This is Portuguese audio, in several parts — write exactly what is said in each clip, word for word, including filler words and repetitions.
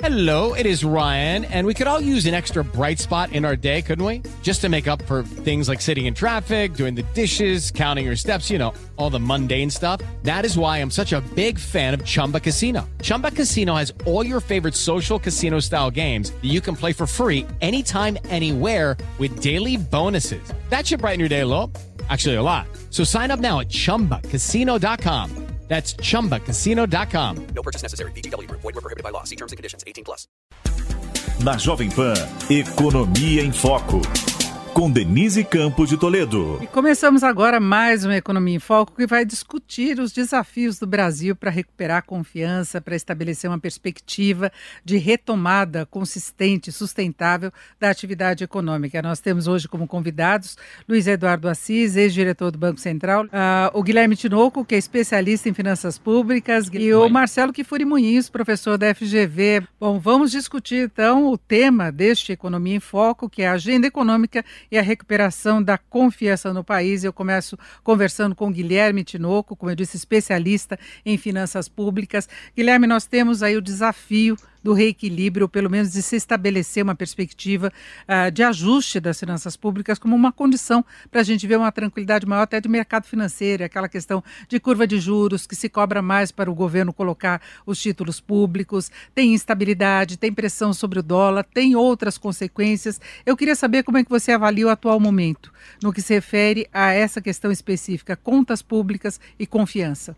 Hello, it is Ryan, and we could all use an extra bright spot in our day, couldn't we? Just to make up for things like sitting in traffic, doing the dishes, counting your steps, you know, all the mundane stuff. That is why I'm such a big fan of Chumba Casino. Chumba Casino has all your favorite social casino-style games that you can play for free anytime, anywhere with daily bonuses. That should brighten your day a little. Actually, a lot. So sign up now at chumba casino dot com. That's chumba casino dot com. No purchase necessary. V G W Group. Void where prohibited by law. See terms and conditions. eighteen plus. Na Jovem Pan, Economia em Foco, com Denise Campos de Toledo. E começamos agora mais uma Economia em Foco que vai discutir os desafios do Brasil para recuperar a confiança, para estabelecer uma perspectiva de retomada consistente e sustentável da atividade econômica. Nós temos hoje como convidados Luiz Eduardo Assis, ex-diretor do Banco Central, uh, o Guilherme Tinoco, que é especialista em finanças públicas, e o Marcelo Kifuri Muniz, professor da F G V. Bom, vamos discutir então o tema deste Economia em Foco, que é a agenda econômica e a recuperação da confiança no país. Eu começo conversando com Guilherme Tinoco, como eu disse, especialista em finanças públicas. Guilherme, nós temos aí o desafio do reequilíbrio, ou pelo menos de se estabelecer uma perspectiva uh, de ajuste das finanças públicas como uma condição para a gente ver uma tranquilidade maior até de mercado financeiro, aquela questão de curva de juros, que se cobra mais para o governo colocar os títulos públicos, tem instabilidade, tem pressão sobre o dólar, tem outras consequências. Eu queria saber como é que você avalia o atual momento, no que se refere a essa questão específica, contas públicas e confiança.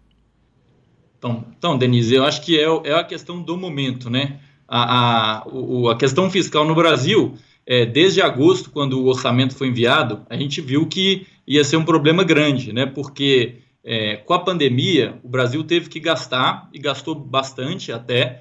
Então, então, Denise, eu acho que é, é a questão do momento, né? A, a, o, a questão fiscal no Brasil, é, desde agosto, quando o orçamento foi enviado, a gente viu que ia ser um problema grande, né? Porque é, com a pandemia, o Brasil teve que gastar, e gastou bastante até,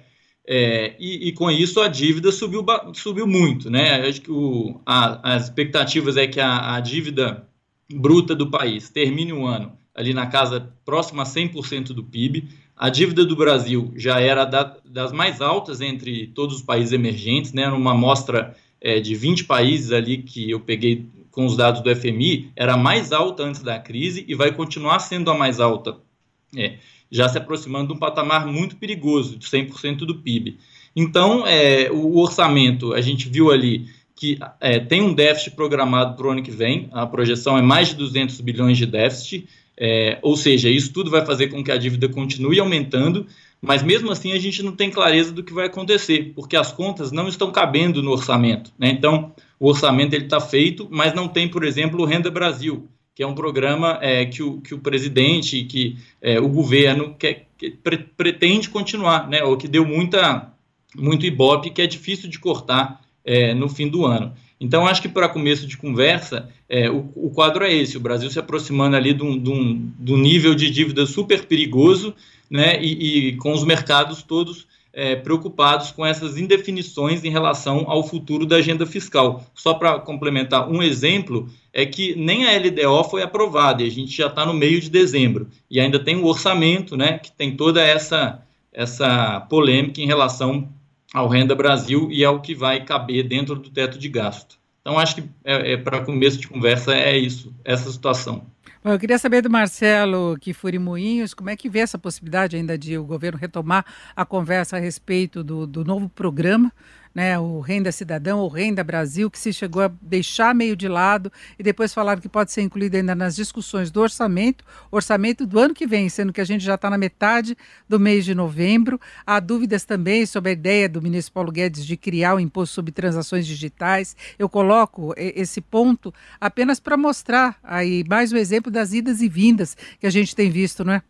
é, e, e com isso a dívida subiu, subiu muito, né? Acho que o, a, as expectativas é que a, a dívida bruta do país termine o ano ali na casa próxima a cem por cento do P I B. A dívida do Brasil já era da, das mais altas entre todos os países emergentes, né? Numa amostra é, de vinte países ali que eu peguei com os dados do F M I, era a mais alta antes da crise e vai continuar sendo a mais alta, é, já se aproximando de um patamar muito perigoso, de cem por cento do P I B. Então, é, o orçamento, a gente viu ali que é, tem um déficit programado para o ano que vem, a projeção é mais de duzentos bilhões de déficit, É, ou seja, isso tudo vai fazer com que a dívida continue aumentando, mas mesmo assim a gente não tem clareza do que vai acontecer, porque as contas não estão cabendo no orçamento, né? Então, o orçamento está feito, mas não tem, por exemplo, o Renda Brasil, que é um programa é, que, o, que o presidente, que é, o governo quer, que pre, pretende continuar, né? Ou que deu muita, muito ibope, que é difícil de cortar é, no fim do ano. Então, acho que para começo de conversa, é, o, o quadro é esse, o Brasil se aproximando ali de um, de um, de um nível de dívida super perigoso, né, e, e com os mercados todos é, preocupados com essas indefinições em relação ao futuro da agenda fiscal. Só para complementar, um exemplo é que nem a L D O foi aprovada, e a gente já está no meio de dezembro, e ainda tem o orçamento, né, que tem toda essa, essa polêmica em relação ao Renda Brasil e ao que vai caber dentro do teto de gasto. Então, acho que é, é, para começo de conversa é isso, essa situação. Bom, eu queria saber do Marcelo Kifuri Moinhos, como é que vê essa possibilidade ainda de o governo retomar a conversa a respeito do, do novo programa, né, o Renda Cidadão, ou Renda Brasil, que se chegou a deixar meio de lado e depois falaram que pode ser incluído ainda nas discussões do orçamento, orçamento do ano que vem, sendo que a gente já está na metade do mês de novembro. Há dúvidas também sobre a ideia do ministro Paulo Guedes de criar o imposto sobre transações digitais. Eu coloco esse ponto apenas para mostrar aí mais um exemplo das idas e vindas que a gente tem visto, não é?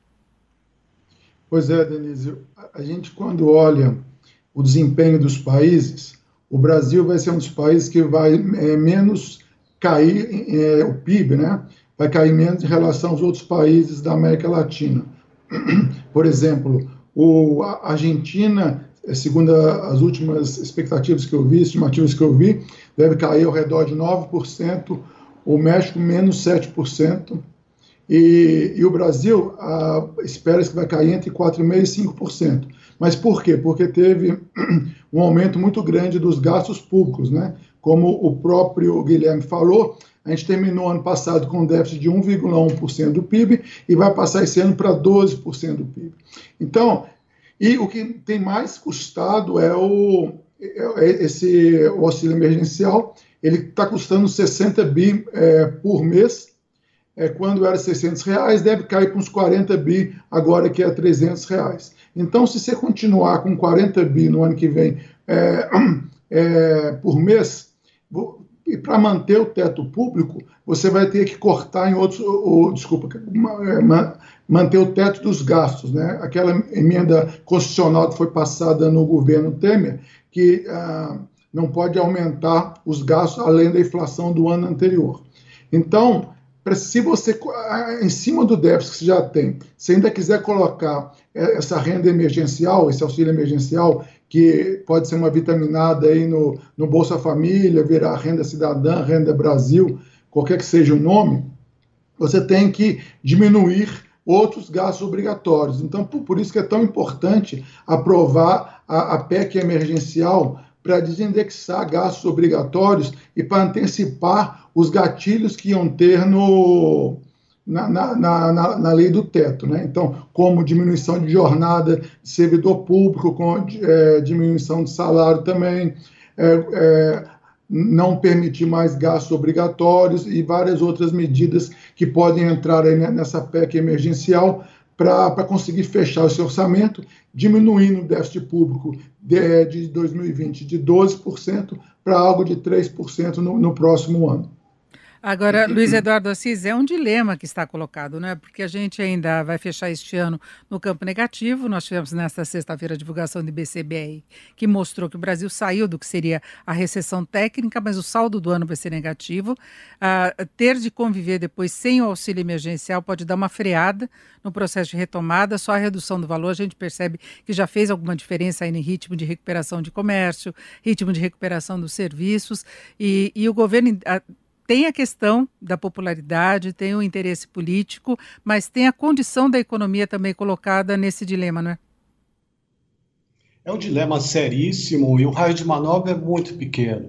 Pois é, Denise, a gente quando olha o desempenho dos países, o Brasil vai ser um dos países que vai é, menos cair, é, o P I B, né? Vai cair menos em relação aos outros países da América Latina. Por exemplo, o, a Argentina, segundo as últimas expectativas que eu vi, estimativas que eu vi, deve cair ao redor de nove por cento, o México menos sete por cento, e, e o Brasil a, espera-se que vai cair entre quatro vírgula cinco por cento e cinco por cento. Mas por quê? Porque teve um aumento muito grande dos gastos públicos, né? Como o próprio Guilherme falou, a gente terminou ano passado com um déficit de um vírgula um por cento do P I B e vai passar esse ano para doze por cento do P I B. Então, E o que tem mais custado é o, é esse, o auxílio emergencial. Ele está custando sessenta bi é, por mês. É, quando era seiscentos reais, deve cair para uns quarenta bi agora que é trezentos reais. Então, se você continuar com quarenta bi no ano que vem é, é, por mês, e para manter o teto público, você vai ter que cortar em outros, ou, desculpa, manter o teto dos gastos, né? Aquela emenda constitucional que foi passada no governo Temer, que ah, não pode aumentar os gastos além da inflação do ano anterior. Então, se você, em cima do déficit que você já tem, se ainda quiser colocar essa renda emergencial, esse auxílio emergencial, que pode ser uma vitaminada aí no, no Bolsa Família, virar renda cidadã, renda Brasil, qualquer que seja o nome, você tem que diminuir outros gastos obrigatórios. Então, por, por isso que é tão importante aprovar a, a P E C emergencial para desindexar gastos obrigatórios e para antecipar os gatilhos que iam ter no, na, na, na, na lei do teto, né? Então, como diminuição de jornada de servidor público, com é, diminuição de salário também, é, é, não permitir mais gastos obrigatórios e várias outras medidas que podem entrar aí nessa P E C emergencial para conseguir fechar esse orçamento, diminuindo o déficit público de, de dois mil e vinte de doze por cento para algo de três por cento no, no próximo ano. Agora, Luiz Eduardo Assis, é um dilema que está colocado, né? Porque a gente ainda vai fechar este ano no campo negativo. Nós tivemos nesta sexta-feira a divulgação do I B C B R, que mostrou que o Brasil saiu do que seria a recessão técnica, mas o saldo do ano vai ser negativo. Ah, ter de conviver depois sem o auxílio emergencial pode dar uma freada no processo de retomada. Só a redução do valor a gente percebe que já fez alguma diferença aí no ritmo de recuperação de comércio, ritmo de recuperação dos serviços, e, e o governo... A, tem a questão da popularidade, tem o interesse político, mas tem a condição da economia também colocada nesse dilema, não é? É um dilema seríssimo e o raio de manobra é muito pequeno,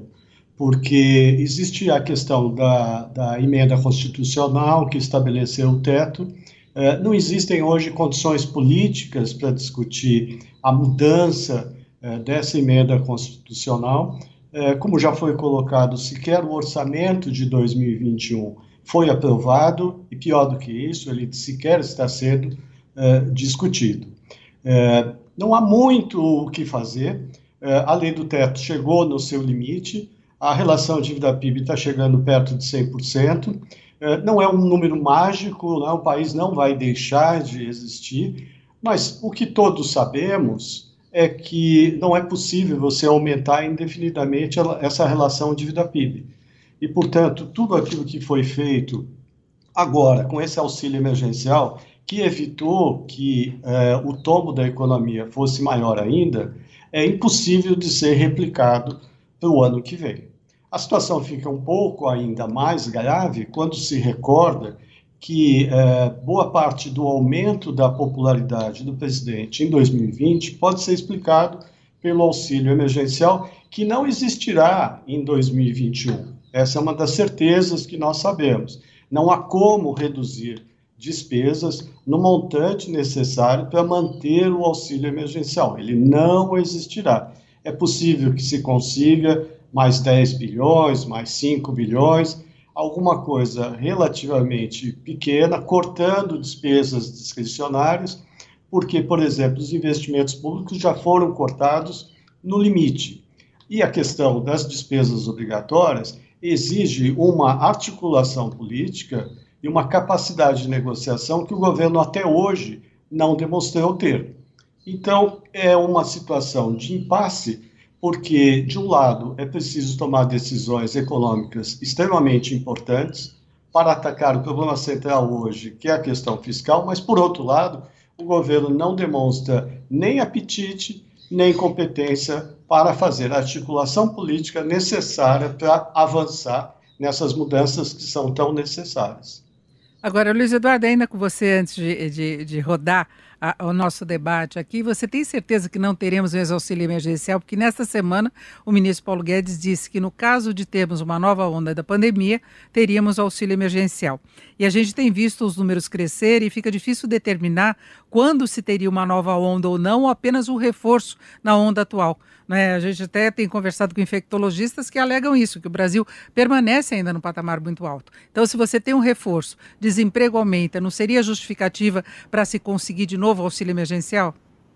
porque existe a questão da, da emenda constitucional que estabeleceu o teto. É, não existem hoje condições políticas para discutir a mudança é, dessa emenda constitucional. Como já foi colocado, sequer o orçamento de dois mil e vinte e um foi aprovado, e pior do que isso, ele sequer está sendo uh, discutido. Uh, não há muito o que fazer, uh, a lei do teto chegou no seu limite, a relação dívida-P I B está chegando perto de cem por cento, uh, não é um número mágico, né? O país não vai deixar de existir, mas o que todos sabemos é que não é possível você aumentar indefinidamente essa relação dívida-P I B. E, portanto, tudo aquilo que foi feito agora, com esse auxílio emergencial, que evitou que eh, o tombo da economia fosse maior ainda, é impossível de ser replicado para o ano que vem. A situação fica um pouco ainda mais grave quando se recorda que eh, boa parte do aumento da popularidade do presidente em dois mil e vinte pode ser explicado pelo auxílio emergencial, que não existirá em dois mil e vinte e um. Essa é uma das certezas que nós sabemos. Não há como reduzir despesas no montante necessário para manter o auxílio emergencial. Ele não existirá. É possível que se consiga mais dez bilhões, mais cinco bilhões, alguma coisa relativamente pequena, cortando despesas discricionárias, porque, por exemplo, os investimentos públicos já foram cortados no limite. E a questão das despesas obrigatórias exige uma articulação política e uma capacidade de negociação que o governo até hoje não demonstrou ter. Então, é uma situação de impasse, porque, de um lado, é preciso tomar decisões econômicas extremamente importantes para atacar o problema central hoje, que é a questão fiscal, mas, por outro lado, o governo não demonstra nem apetite, nem competência para fazer a articulação política necessária para avançar nessas mudanças que são tão necessárias. Agora, Luiz Eduardo, ainda com você, antes de, de, de rodar a, o nosso debate aqui. Você tem certeza que não teremos mais auxílio emergencial? Porque nesta semana o ministro Paulo Guedes disse que no caso de termos uma nova onda da pandemia, teríamos auxílio emergencial. E a gente tem visto os números crescer e fica difícil determinar quando se teria uma nova onda ou não, ou apenas um reforço na onda atual. Né? A gente até tem conversado com infectologistas que alegam isso, que o Brasil permanece ainda no patamar muito alto. Então, se você tem um reforço, desemprego aumenta, não seria justificativa para se conseguir de novo auxílio emergencial?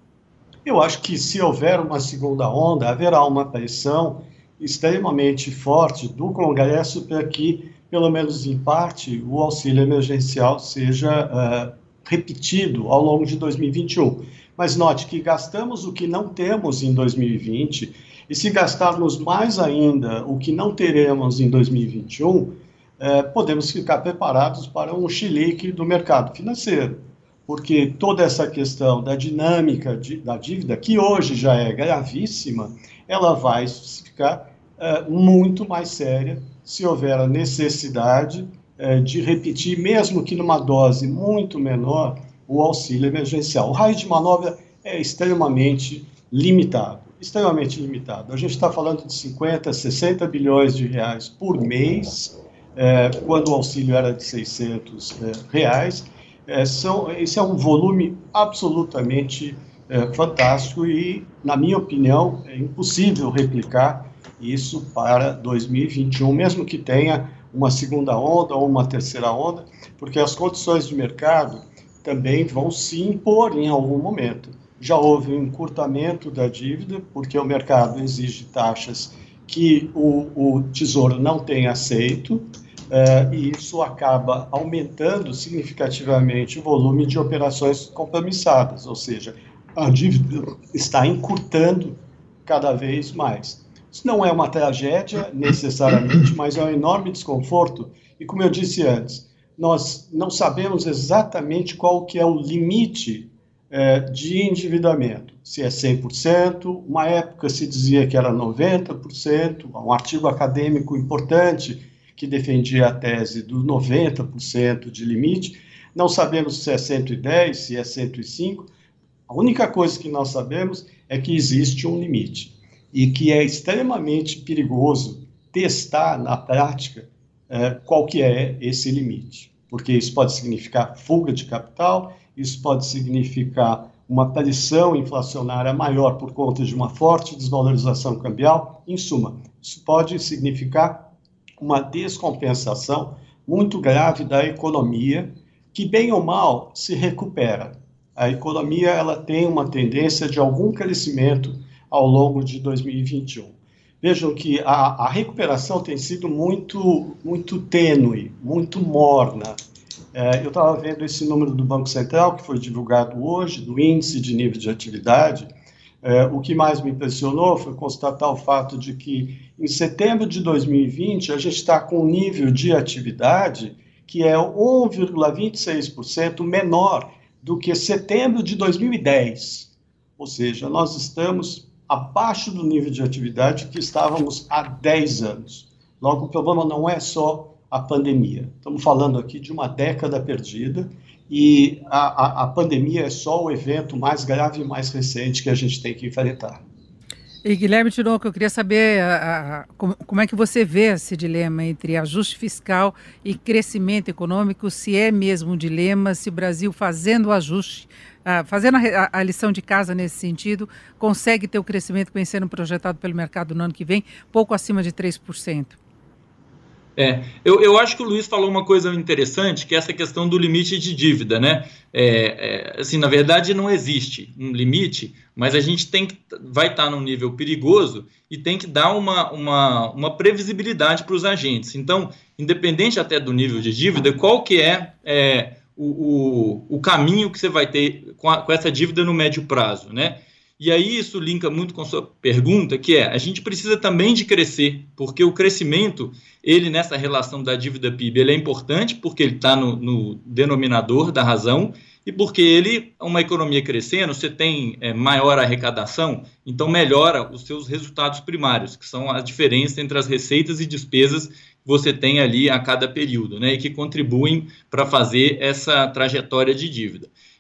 Eu acho que se houver uma segunda onda, haverá uma pressão extremamente forte do Congresso para que, pelo menos em parte, o auxílio emergencial seja uh, repetido ao longo de dois mil e vinte e um. Mas note que gastamos o que não temos em dois mil e vinte, e se gastarmos mais ainda o que não teremos em dois mil e vinte e um, eh, podemos ficar preparados para um chilique do mercado financeiro, porque toda essa questão da dinâmica de, da dívida, que hoje já é gravíssima, ela vai ficar eh, muito mais séria se houver a necessidade eh, de repetir, mesmo que numa dose muito menor, o auxílio emergencial. O raio de manobra é extremamente limitado, extremamente limitado. A gente está falando de cinquenta, sessenta bilhões de reais por mês, é, quando o auxílio era de seiscentos é, reais. É, são, esse é um volume absolutamente é, fantástico e, na minha opinião, é impossível replicar isso para dois mil e vinte e um, mesmo que tenha uma segunda onda ou uma terceira onda, porque as condições de mercado também vão se impor em algum momento. Já houve um encurtamento da dívida, porque o mercado exige taxas que o, o Tesouro não tem aceito, uh, e isso acaba aumentando significativamente o volume de operações compromissadas, ou seja, a dívida está encurtando cada vez mais. Isso não é uma tragédia, necessariamente, mas é um enorme desconforto, e como eu disse antes, nós não sabemos exatamente qual que é o limite eh, de endividamento, se é cem por cento, uma época se dizia que era noventa por cento, um artigo acadêmico importante que defendia a tese do noventa por cento de limite, não sabemos se é cento e dez, se é cento e cinco, a única coisa que nós sabemos é que existe um limite e que é extremamente perigoso testar na prática eh, qual que é esse limite. Porque isso pode significar fuga de capital, isso pode significar uma pressão inflacionária maior por conta de uma forte desvalorização cambial. Em suma, isso pode significar uma descompensação muito grave da economia, que bem ou mal se recupera. A economia ela tem uma tendência de algum crescimento ao longo de dois mil e vinte e um. Vejam que a, a recuperação tem sido muito, muito tênue, muito morna. É, eu estava vendo esse número do Banco Central, que foi divulgado hoje, do índice de nível de atividade. É, o que mais me impressionou foi constatar o fato de que, em setembro de dois mil e vinte, a gente está com um nível de atividade que é um vírgula vinte e seis por cento menor do que setembro de dois mil e dez. Ou seja, nós estamos abaixo do nível de atividade que estávamos há dez anos. Logo, o problema não é só a pandemia. Estamos falando aqui de uma década perdida e a, a, a pandemia é só o evento mais grave e mais recente que a gente tem que enfrentar. E Guilherme Tinoco, eu queria saber a, a, como, como é que você vê esse dilema entre ajuste fiscal e crescimento econômico, se é mesmo um dilema, se o Brasil fazendo o ajuste, uh, fazendo a, a lição de casa nesse sentido, consegue ter o crescimento que vem sendo projetado pelo mercado no ano que vem, pouco acima de três por cento. É, eu, eu acho que o Luiz falou uma coisa interessante, que é essa questão do limite de dívida, né? É, é, assim, na verdade, não existe um limite, mas a gente tem que, vai estar num nível perigoso e tem que dar uma, uma, uma previsibilidade para os agentes. Então, independente até do nível de dívida, qual que é, é o, o, o caminho que você vai ter com, a, com essa dívida no médio prazo, né? E aí isso linka muito com a sua pergunta, que é, a gente precisa também de crescer, porque o crescimento, ele nessa relação da dívida P I B, ele é importante porque ele está no, no denominador da razão e porque ele, uma economia crescendo, você tem é, maior arrecadação, então melhora os seus resultados primários, que são a diferença entre as receitas e despesas que você tem ali a cada período, né, e que contribuem para fazer essa trajetória de dívida.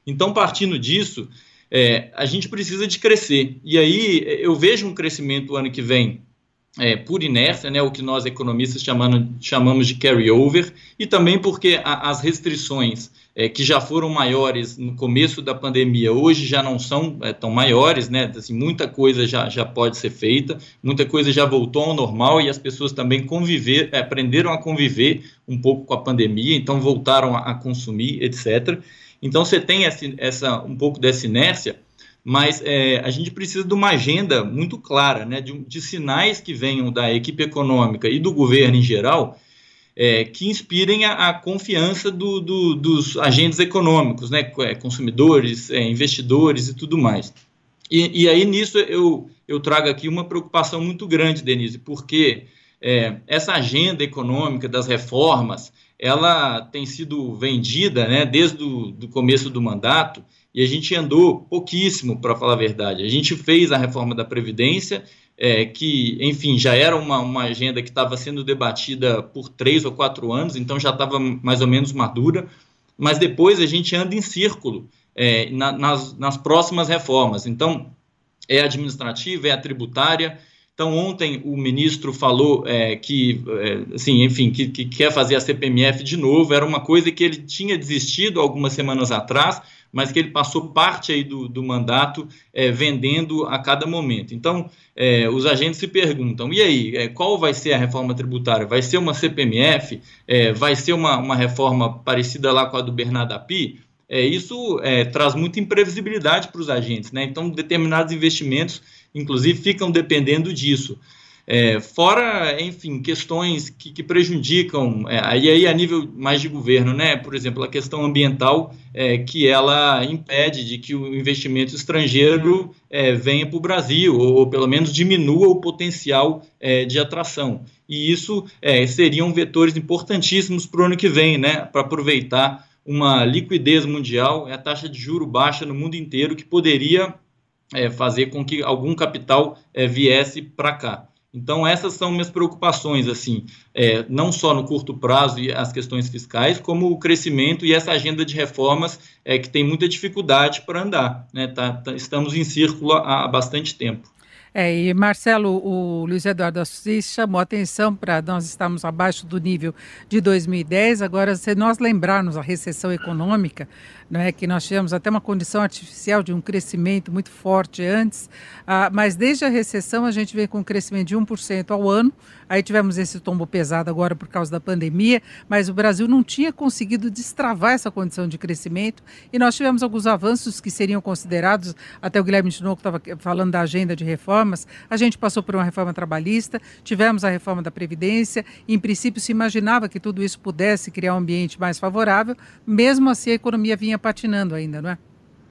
Então, partindo disso, é, a gente precisa de crescer. E aí eu vejo um crescimento ano que vem é, por inércia, né, o que nós economistas chamando, chamamos de carry-over, e também porque a, as restrições é, que já foram maiores no começo da pandemia, hoje já não são é, tão maiores, né, assim, muita coisa já, já pode ser feita, muita coisa já voltou ao normal e as pessoas também conviver, é, aprenderam a conviver um pouco com a pandemia, então voltaram a, a consumir, etcétera. Então você tem essa, essa, um pouco dessa inércia, mas é, a gente precisa de uma agenda muito clara, né, de, de sinais que venham da equipe econômica e do governo em geral, é, que inspirem a, a confiança do, do, dos agentes econômicos, né, consumidores, é, investidores e tudo mais. E, e aí nisso eu, eu trago aqui uma preocupação muito grande, Denise, porque é, essa agenda econômica das reformas, ela tem sido vendida, né, desde o do começo do mandato, e a gente andou pouquíssimo, para falar a verdade. A gente fez a reforma da Previdência, é, que, enfim, já era uma, uma agenda que estava sendo debatida por três ou quatro anos, então já estava mais ou menos madura, mas depois a gente anda em círculo é, na, nas, nas próximas reformas. Então, é a administrativa, é a tributária. Então, ontem o ministro falou é, que, é, assim, enfim, que, que quer fazer a C P M F de novo. Era uma coisa que ele tinha desistido algumas semanas atrás, mas que ele passou parte aí do, do mandato é, vendendo a cada momento. Então, é, os agentes se perguntam, e aí, é, qual vai ser a reforma tributária? Vai ser uma C P M F? É, vai ser uma, uma reforma parecida lá com a do Bernardo Api? É, isso é, traz muita imprevisibilidade para os agentes, né? Então, determinados investimentos, inclusive, ficam dependendo disso. É, fora, enfim, questões que, que prejudicam, é, aí, aí a nível mais de governo, né? Por exemplo, a questão ambiental, é, que ela impede de que o investimento estrangeiro é, venha para o Brasil, ou, ou pelo menos diminua o potencial é, de atração. E isso é, seriam vetores importantíssimos para o ano que vem, né? Para aproveitar uma liquidez mundial, a taxa de juro baixa no mundo inteiro, que poderia é, fazer com que algum capital é, viesse para cá. Então, essas são minhas preocupações, assim, é, não só no curto prazo e as questões fiscais, como o crescimento e essa agenda de reformas é, que tem muita dificuldade para andar, né? Tá, tá, estamos em círculo há, há bastante tempo. É, e Marcelo, o Luiz Eduardo Assis chamou a atenção para nós estarmos abaixo do nível de dois mil e dez. Agora, se nós lembrarmos a recessão econômica, não é, que nós tivemos até uma condição artificial de um crescimento muito forte antes, ah, mas desde a recessão a gente vem com um crescimento de um por cento ao ano. Aí tivemos esse tombo pesado agora por causa da pandemia, mas o Brasil não tinha conseguido destravar essa condição de crescimento e nós tivemos alguns avanços que seriam considerados, até o Guilherme Tinoco estava falando da agenda de reformas, a gente passou por uma reforma trabalhista, tivemos a reforma da Previdência, e em princípio se imaginava que tudo isso pudesse criar um ambiente mais favorável, mesmo assim a economia vinha patinando ainda, não é?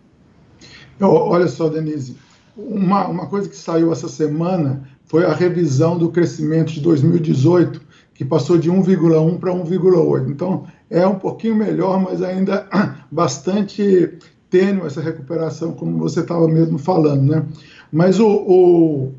Olha só, Denise, uma, uma coisa que saiu essa semana foi a revisão do crescimento de dois mil e dezoito, que passou de um vírgula um para um vírgula oito. Então, é um pouquinho melhor, mas ainda bastante tênue essa recuperação, como você estava mesmo falando, né? Mas o, o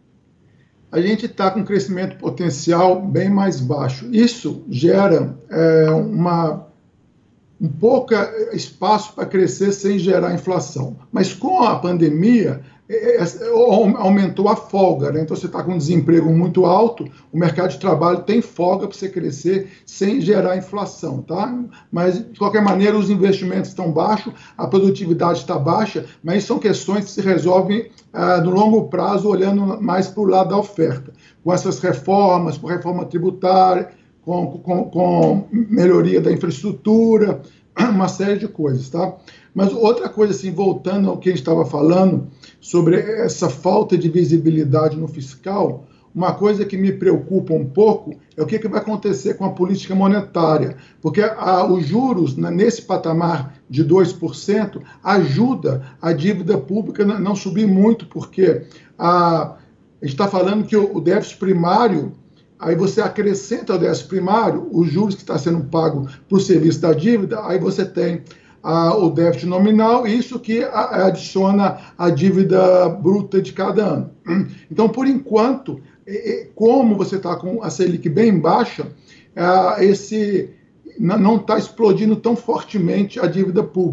a gente está com um crescimento potencial bem mais baixo. Isso gera é, uma, um pouco espaço para crescer sem gerar inflação. Mas com a pandemia, aumentou a folga, né? Então você está com um desemprego muito alto, o mercado de trabalho tem folga para você crescer sem gerar inflação, tá? Mas, de qualquer maneira, os investimentos estão baixos, a produtividade está baixa, mas são questões que se resolvem ah, no longo prazo, olhando mais para o lado da oferta, com essas reformas, com reforma tributária, com, com, com melhoria da infraestrutura, uma série de coisas, tá? Mas outra coisa, assim, voltando ao que a gente estava falando, sobre essa falta de visibilidade no fiscal, uma coisa que me preocupa um pouco é o que, que vai acontecer com a política monetária, porque a, os juros, né, nesse patamar de dois por cento ajuda a dívida pública a não subir muito, porque a, a gente está falando que o, o déficit primário, aí você acrescenta ao déficit primário os juros que está sendo pago por serviço da dívida, aí você tem a, o déficit nominal, isso que a, adiciona a dívida bruta de cada ano. Então, por enquanto, como você está com a Selic bem baixa, esse não está explodindo tão fortemente a dívida pública.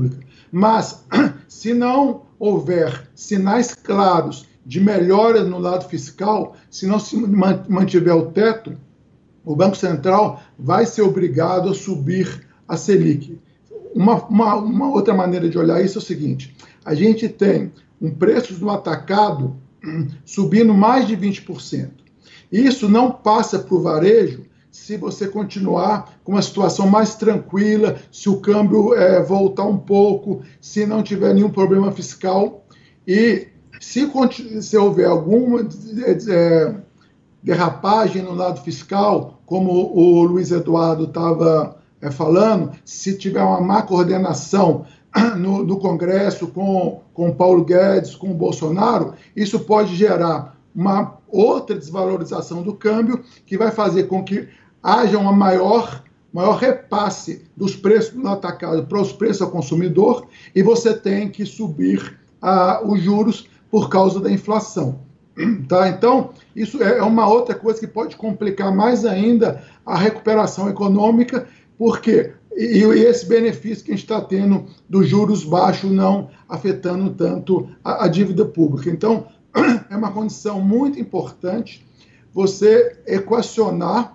Mas, se não houver sinais claros de melhora no lado fiscal, se não se mantiver o teto, o Banco Central vai ser obrigado a subir a Selic. Uma, uma, uma outra maneira de olhar isso é o seguinte: a gente tem um preço no atacado subindo mais de vinte por cento. Isso não passa para o varejo se você continuar com uma situação mais tranquila, se o câmbio é, voltar um pouco, se não tiver nenhum problema fiscal. E se, se houver alguma é, derrapagem no lado fiscal, como o Luiz Eduardo estava é, falando, se tiver uma má coordenação no, no Congresso com, com Paulo Guedes, com o Bolsonaro, isso pode gerar uma outra desvalorização do câmbio, que vai fazer com que haja uma maior, maior repasse dos preços no atacado para os preços ao consumidor, e você tem que subir ah, os juros por causa da inflação. Tá? Então, isso é uma outra coisa que pode complicar mais ainda a recuperação econômica, porque e, e esse benefício que a gente está tendo dos juros baixos não afetando tanto a, a dívida pública. Então, é uma condição muito importante você equacionar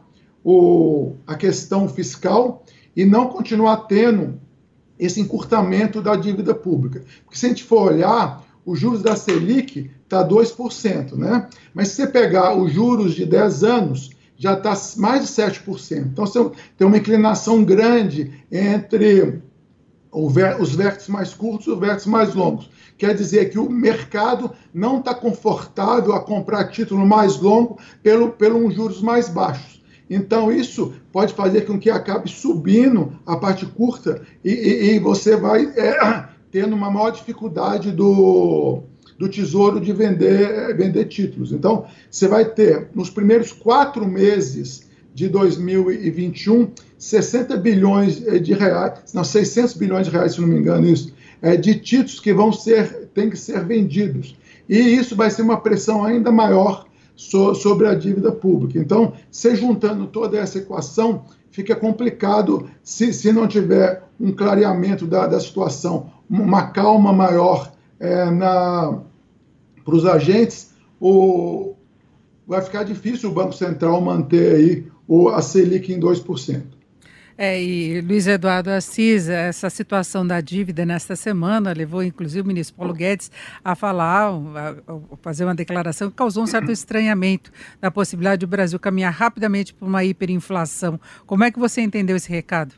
o, a questão fiscal e não continuar tendo esse encurtamento da dívida pública. Porque se a gente for olhar, os juros da Selic está dois por cento, né? Mas se você pegar os juros de dez anos, já está mais de sete por cento. Então, você tem uma inclinação grande entre os vértices mais curtos e os vértices mais longos. Quer dizer que o mercado não está confortável a comprar título mais longo pelo, pelo juros mais baixos. Então, isso pode fazer com que acabe subindo a parte curta e, e, e você vai é, tendo uma maior dificuldade do, do Tesouro de vender, vender títulos. Então, você vai ter, nos primeiros quatro meses de dois mil e vinte e um, sessenta bilhões de reais, não, seiscentos bilhões de reais, se não me engano, isso, é, de títulos que vão ser, tem que ser vendidos. E isso vai ser uma pressão ainda maior so, sobre a dívida pública. Então, se juntando toda essa equação, fica complicado se, se não tiver um clareamento da, da situação, uma calma maior é, para os agentes, o, vai ficar difícil o Banco Central manter aí o, a Selic em dois por cento. É, e Luiz Eduardo Assis, essa situação da dívida nesta semana levou inclusive o ministro Paulo Guedes a falar, a, a fazer uma declaração que causou um certo estranhamento da possibilidade do Brasil caminhar rapidamente para uma hiperinflação. Como é que você entendeu esse recado?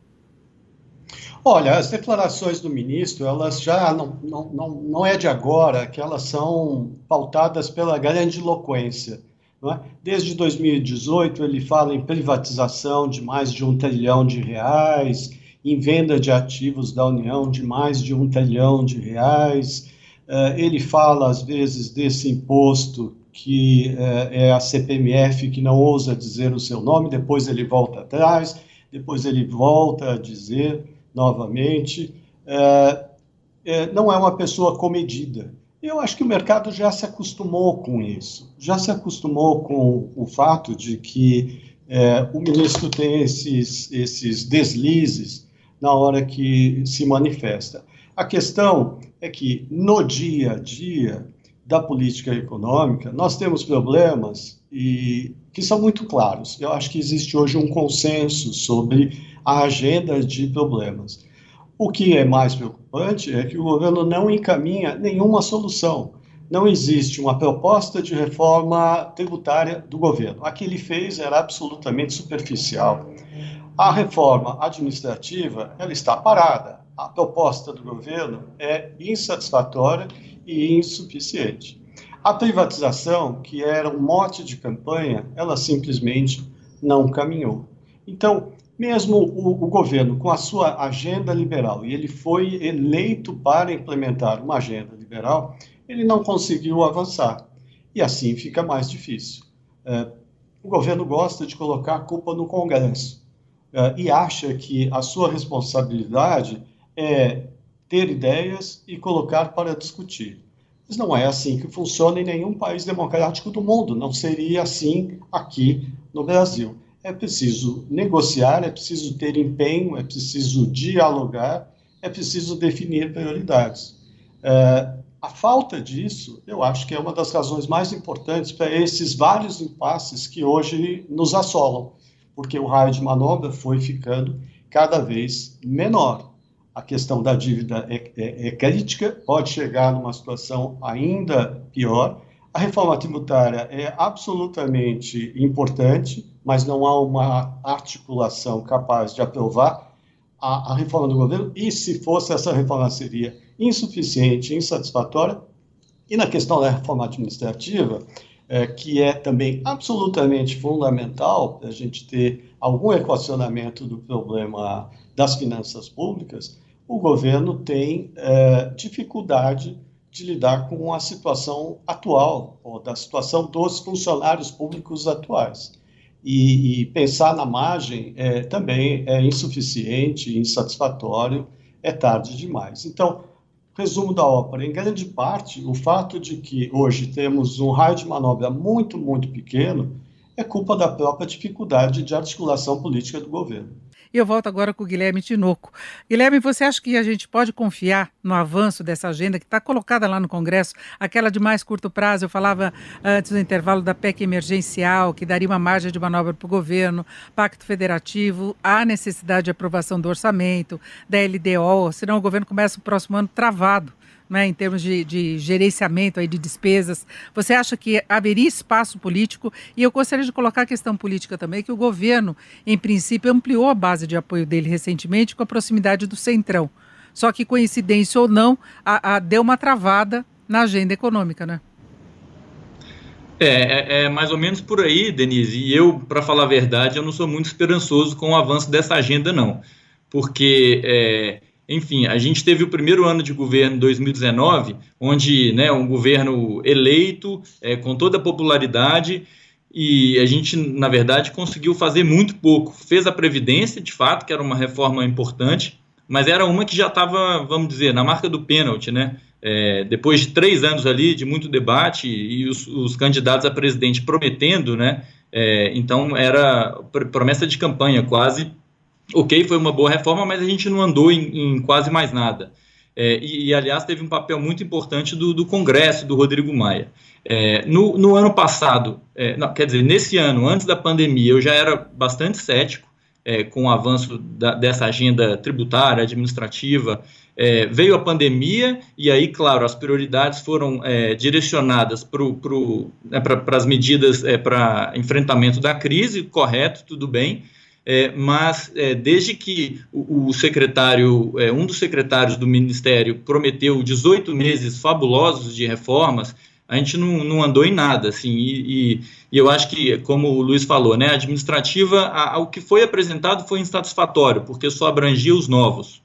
Olha, as declarações do ministro, elas já não, não, não, não é de agora, que elas são pautadas pela grandiloquência. Não é? Desde dois mil e dezoito, ele fala em privatização de mais de um trilhão de reais, em venda de ativos da União de mais de um trilhão de reais. Uh, ele fala, às vezes, desse imposto que uh, é a C P M F, que não ousa dizer o seu nome, depois ele volta atrás, depois ele volta a dizer novamente. Uh, uh, não é uma pessoa comedida. Eu acho que o mercado já se acostumou com isso, já se acostumou com o fato de que é, o ministro tem esses, esses deslizes na hora que se manifesta. A questão é que, no dia a dia da política econômica, nós temos problemas e, que são muito claros. Eu acho que existe hoje um consenso sobre a agenda de problemas. O que é mais preocupante é que o governo não encaminha nenhuma solução. Não existe uma proposta de reforma tributária do governo. A que ele fez era absolutamente superficial. A reforma administrativa, ela está parada. A proposta do governo é insatisfatória e insuficiente. A privatização, que era um mote de campanha, ela simplesmente não caminhou. Então, mesmo o, o governo, com a sua agenda liberal, e ele foi eleito para implementar uma agenda liberal, ele não conseguiu avançar. E assim fica mais difícil. É, o governo gosta de colocar a culpa no Congresso é, e acha que a sua responsabilidade é ter ideias e colocar para discutir. Mas não é assim que funciona em nenhum país democrático do mundo. Não seria assim aqui no Brasil. É preciso negociar, é preciso ter empenho, é preciso dialogar é preciso definir prioridades. É, a falta disso, eu acho que é uma das razões mais importantes para esses vários impasses que hoje nos assolam, porque o raio de manobra foi ficando cada vez menor. A questão da dívida é, é, é crítica, pode chegar numa situação ainda pior. A reforma tributária é absolutamente importante, mas não há uma articulação capaz de aprovar a, a reforma do governo, e se fosse, essa reforma seria insuficiente, insatisfatória. E na questão da reforma administrativa, é, que é também absolutamente fundamental para a gente ter algum equacionamento do problema das finanças públicas, o governo tem é, dificuldade de lidar com a situação atual, ou da situação dos funcionários públicos atuais. E, e pensar na margem é, também é insuficiente, insatisfatório, é tarde demais. Então, resumo da ópera, em grande parte, o fato de que hoje temos um raio de manobra muito, muito pequeno é culpa da própria dificuldade de articulação política do governo. E eu volto agora com o Guilherme Tinoco. Guilherme, você acha que a gente pode confiar no avanço dessa agenda que está colocada lá no Congresso, aquela de mais curto prazo? Eu falava antes do intervalo da P E C emergencial, que daria uma margem de manobra para o governo, Pacto Federativo, a necessidade de aprovação do orçamento, da L D O, senão o governo começa o próximo ano travado, né, em termos de, de gerenciamento aí de despesas. Você acha que haveria espaço político? E eu gostaria de colocar a questão política também, que o governo, em princípio, ampliou a base de apoio dele recentemente com a proximidade do Centrão. Só que, coincidência ou não, a, a, deu uma travada na agenda econômica, né? É, é, é mais ou menos por aí, Denise. E eu, para falar a verdade, eu não sou muito esperançoso com o avanço dessa agenda, não. Porque... É, Enfim, a gente teve o primeiro ano de governo em dois mil e dezenove, onde, né, um governo eleito, é, com toda a popularidade, e a gente, na verdade, conseguiu fazer muito pouco. Fez a Previdência, de fato, que era uma reforma importante, mas era uma que já estava, vamos dizer, na marca do pênalti, né? É, depois de três anos ali de muito debate e os, os candidatos a presidente prometendo, né? É, então, era promessa de campanha quase. Ok, foi uma boa reforma, mas a gente não andou em, em quase mais nada. É, e, e, aliás, teve um papel muito importante do, do Congresso, do Rodrigo Maia. É, no, no ano passado, é, não, quer dizer, nesse ano, antes da pandemia, eu já era bastante cético é, com o avanço da, dessa agenda tributária, administrativa. É, veio a pandemia e aí, claro, as prioridades foram é, direcionadas para pro, né, as medidas é, para enfrentamento da crise, correto, tudo bem. É, mas é, desde que o, o secretário, é, um dos secretários do Ministério prometeu dezoito meses fabulosos de reformas, a gente não, não andou em nada, assim, e, e, e eu acho que, como o Luiz falou, né, a administrativa, a, a, o que foi apresentado foi insatisfatório, porque só abrangia os novos.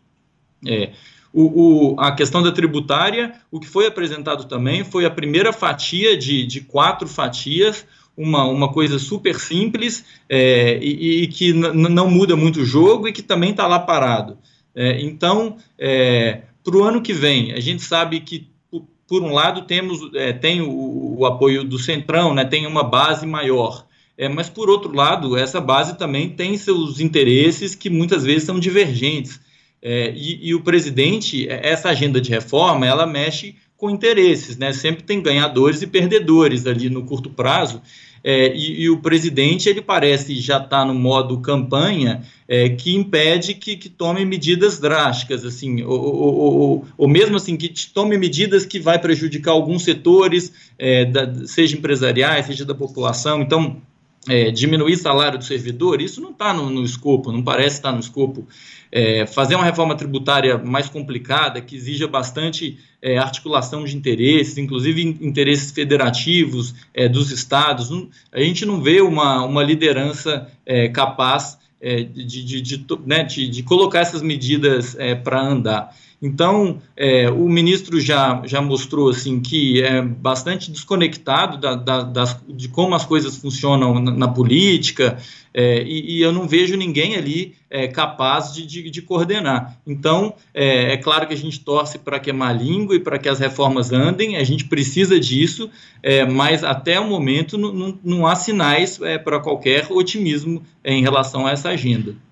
É, o, o, a questão da tributária, o que foi apresentado também foi a primeira fatia de, de quatro fatias, Uma, uma coisa super simples é, e, e que n- não muda muito o jogo e que também está lá parado. É, então, é, para o ano que vem, a gente sabe que, por, por um lado, temos, é, tem o, o apoio do Centrão, né, tem uma base maior, é, mas, por outro lado, essa base também tem seus interesses que muitas vezes são divergentes. É, e, e o presidente, essa agenda de reforma, ela mexe com interesses, né? Sempre tem ganhadores e perdedores ali no curto prazo, é, e, e o presidente, ele parece já estar tá no modo campanha, é, que impede que, que tome medidas drásticas, assim, ou, ou, ou, ou mesmo assim, que tome medidas que vai prejudicar alguns setores, é, da, seja empresariais, seja da população. Então, é, diminuir salário do servidor, isso não está no, no escopo, não parece estar no escopo. É, fazer uma reforma tributária mais complicada, que exija bastante é, articulação de interesses, inclusive interesses federativos é, dos estados, não, a gente não vê uma, uma liderança é, capaz é, de, de, de, né, de, de colocar essas medidas é, para andar. Então, é, o ministro já, já mostrou assim, que é bastante desconectado da, da, das, de como as coisas funcionam na, na política, é, e, e eu não vejo ninguém ali é, capaz de, de, de coordenar. Então, é, é claro que a gente torce para queimar a língua e para que as reformas andem, a gente precisa disso, é, mas até o momento não, não, não há sinais é, para qualquer otimismo é, em relação a essa agenda.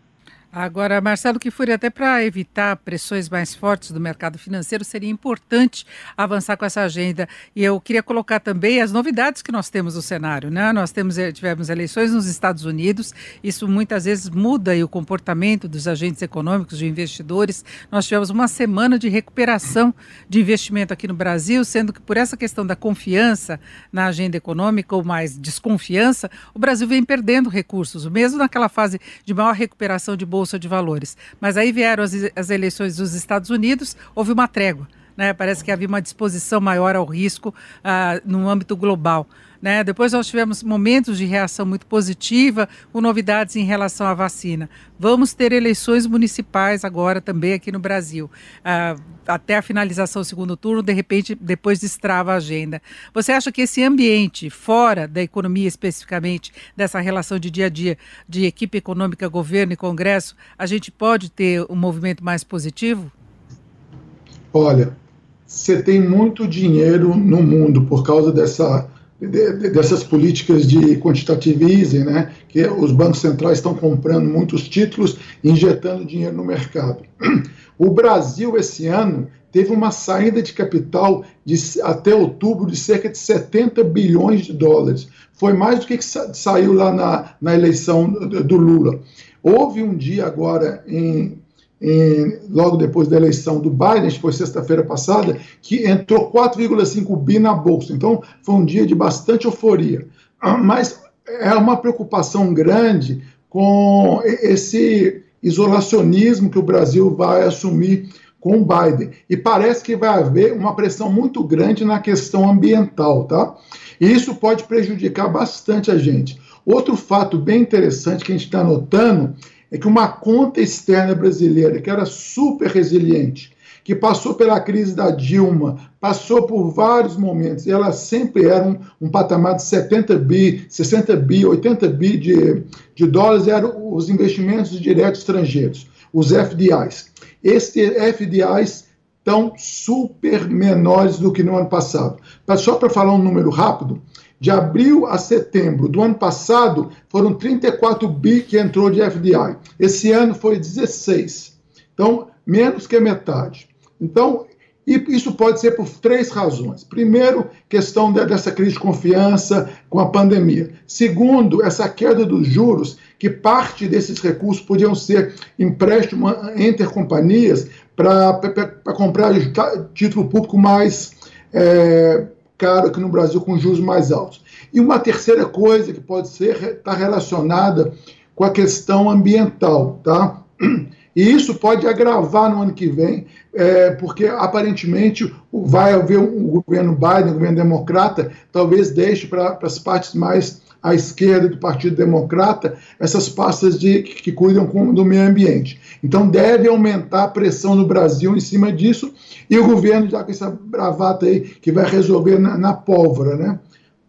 Agora, Marcelo Kfouri, até para evitar pressões mais fortes do mercado financeiro, seria importante avançar com essa agenda. E eu queria colocar também as novidades que nós temos no cenário, né? Nós temos, tivemos eleições nos Estados Unidos, isso muitas vezes muda aí o comportamento dos agentes econômicos, de investidores. Nós tivemos uma semana de recuperação de investimento aqui no Brasil, sendo que por essa questão da confiança na agenda econômica, ou mais desconfiança, o Brasil vem perdendo recursos, mesmo naquela fase de maior recuperação de bolsa de valores. Mas aí vieram as, as eleições dos Estados Unidos, houve uma trégua, né? Parece que havia uma disposição maior ao risco uh, no âmbito global, né? Depois nós tivemos momentos de reação muito positiva, com novidades em relação à vacina. Vamos ter eleições municipais agora também aqui no Brasil. Uh, até a finalização do segundo turno, de repente, depois destrava a agenda. Você acha que esse ambiente, fora da economia especificamente, dessa relação de dia a dia, de equipe econômica, governo e Congresso, a gente pode ter um movimento mais positivo? Olha, você tem muito dinheiro no mundo por causa dessa... De, de, dessas políticas de quantitative easing, né, que os bancos centrais estão comprando muitos títulos e injetando dinheiro no mercado. O Brasil, esse ano, teve uma saída de capital de, até outubro de cerca de setenta bilhões de dólares. Foi mais do que, que sa, saiu lá na, na eleição do, do Lula. Houve um dia agora, em Em, logo depois da eleição do Biden, acho que foi sexta-feira passada, que entrou quatro vírgula cinco bi na bolsa. Então, foi um dia de bastante euforia. Mas é uma preocupação grande com esse isolacionismo que o Brasil vai assumir com o Biden. E parece que vai haver uma pressão muito grande na questão ambiental, tá? E isso pode prejudicar bastante a gente. Outro fato bem interessante que a gente está notando é que uma conta externa brasileira, que era super resiliente, que passou pela crise da Dilma, passou por vários momentos, e ela sempre era um, um patamar de setenta bi, sessenta bi, oitenta bi de, de dólares, eram os investimentos diretos estrangeiros, os F D Is. Estes F D Is estão super menores do que no ano passado. Só para falar um número rápido, de abril a setembro do ano passado, foram trinta e quatro bi que entrou de F D I. Esse ano foi dezesseis. Então, menos que a metade. Então, e isso pode ser por três razões. Primeiro, questão dessa crise de confiança com a pandemia. Segundo, essa queda dos juros, que parte desses recursos podiam ser empréstimo entre companhias para comprar título público mais... É, caro aqui no Brasil, com juros mais altos. E uma terceira coisa que pode ser está relacionada com a questão ambiental, tá? E isso pode agravar no ano que vem, é, porque aparentemente vai haver um governo Biden, um governo democrata, talvez deixe para as partes mais à esquerda do Partido Democrata essas pastas de, que, que cuidam com, do meio ambiente. Então deve aumentar a pressão no Brasil em cima disso, e o governo já com essa bravata aí que vai resolver na, na pólvora, né?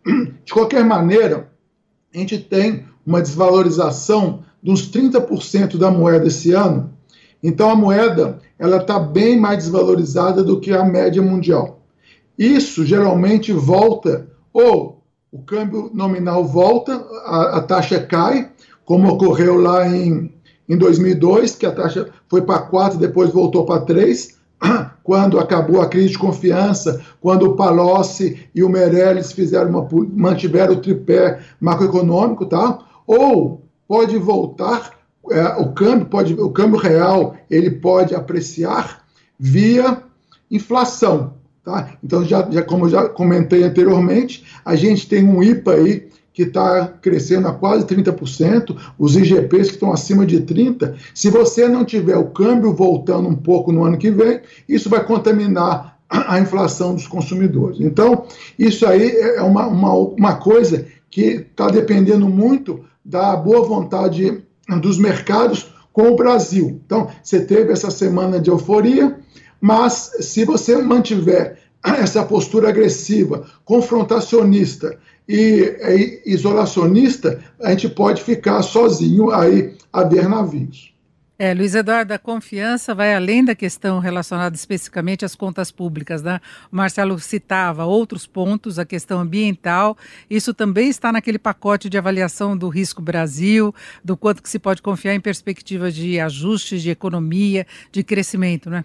De qualquer maneira, a gente tem uma desvalorização de uns trinta por cento da moeda esse ano. Então a moeda ela está bem mais desvalorizada do que a média mundial. Isso geralmente volta, ou o câmbio nominal volta, a, a taxa cai, como ocorreu lá em, em dois mil e dois, que a taxa foi para quatro, depois voltou para três, quando acabou a crise de confiança, quando o Palocci e o Meirelles fizeram uma, mantiveram o tripé macroeconômico, tá? Ou pode voltar, é, o câmbio pode, o câmbio real ele pode apreciar via inflação. Tá? Então, já, já, como eu já comentei anteriormente, a gente tem um I P A aí que está crescendo a quase trinta por cento, os I G Ps que estão acima de trinta por cento. Se você não tiver o câmbio voltando um pouco no ano que vem, isso vai contaminar a inflação dos consumidores. Então, isso aí é uma, uma, uma coisa que está dependendo muito da boa vontade dos mercados com o Brasil. Então, você teve essa semana de euforia, mas se você mantiver essa postura agressiva, confrontacionista e, e isolacionista, a gente pode ficar sozinho aí a ver navios. É, Luiz Eduardo, a confiança vai além da questão relacionada especificamente às contas públicas, né? O Marcelo citava outros pontos, a questão ambiental, isso também está naquele pacote de avaliação do risco Brasil, do quanto que se pode confiar em perspectivas de ajustes, de economia, de crescimento, né?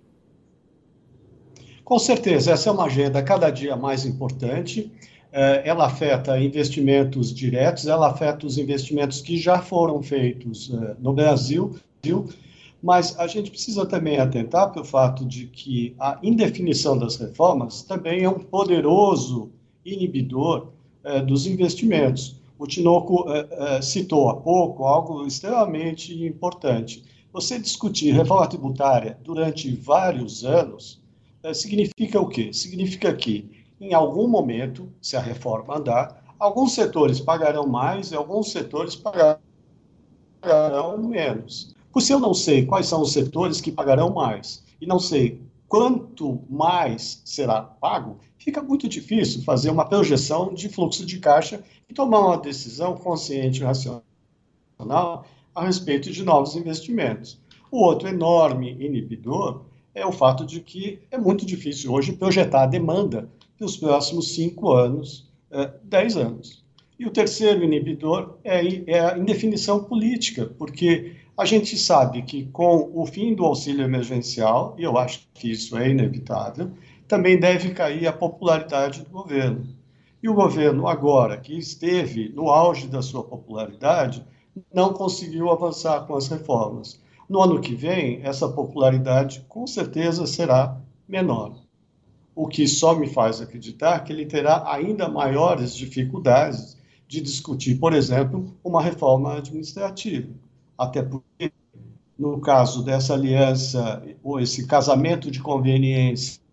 Com certeza, essa é uma agenda cada dia mais importante. Ela afeta investimentos diretos, ela afeta os investimentos que já foram feitos no Brasil, mas a gente precisa também atentar para o fato de que a indefinição das reformas também é um poderoso inibidor eh, dos investimentos. O Tinoco eh, eh, citou há pouco algo extremamente importante. Você discutir reforma tributária durante vários anos eh, significa o quê? Significa que, em algum momento, se a reforma andar, alguns setores pagarão mais e alguns setores pagarão menos. Porque se eu não sei quais são os setores que pagarão mais e não sei quanto mais será pago, fica muito difícil fazer uma projeção de fluxo de caixa e tomar uma decisão consciente e racional a respeito de novos investimentos. O outro enorme inibidor é o fato de que é muito difícil hoje projetar a demanda nos próximos cinco anos, dez anos. E o terceiro inibidor é, é a indefinição política, porque a gente sabe que com o fim do auxílio emergencial, e eu acho que isso é inevitável, também deve cair a popularidade do governo. E o governo agora, que esteve no auge da sua popularidade, não conseguiu avançar com as reformas. No ano que vem, essa popularidade com certeza será menor. O que só me faz acreditar que ele terá ainda maiores dificuldades de discutir, por exemplo, uma reforma administrativa. Até porque, no caso dessa aliança, ou esse casamento de conveniência